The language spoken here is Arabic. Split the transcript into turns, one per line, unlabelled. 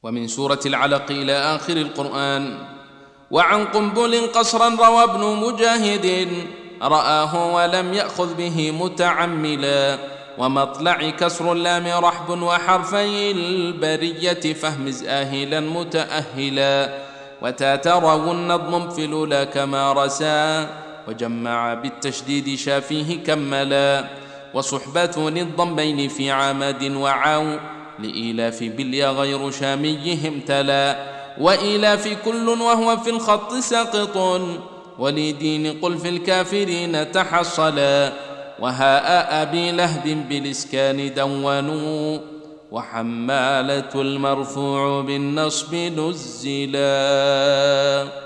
ومن سورة العلق إلى آخر القرآن. وعن قنبل قصرا روى ابن مجاهد رآه ولم يأخذ به متعملا. ومطلع كسر اللام رحب وحرفي البرية فاهمز آهلا متأهلا. وتاتروا النظم في الأولى كما رسا وجمع بالتشديد شافيه كملا. وصحبة للضمين في عمد وعو لإيلاف باليا غير شاميهم تلا. وإيلاف كل وهو في الخط ساقط ولدين قل في الكافرين تحصلا. وهاء أبي لهب بالإسكان دونوا وحمالة المرفوع بالنصب نزلا.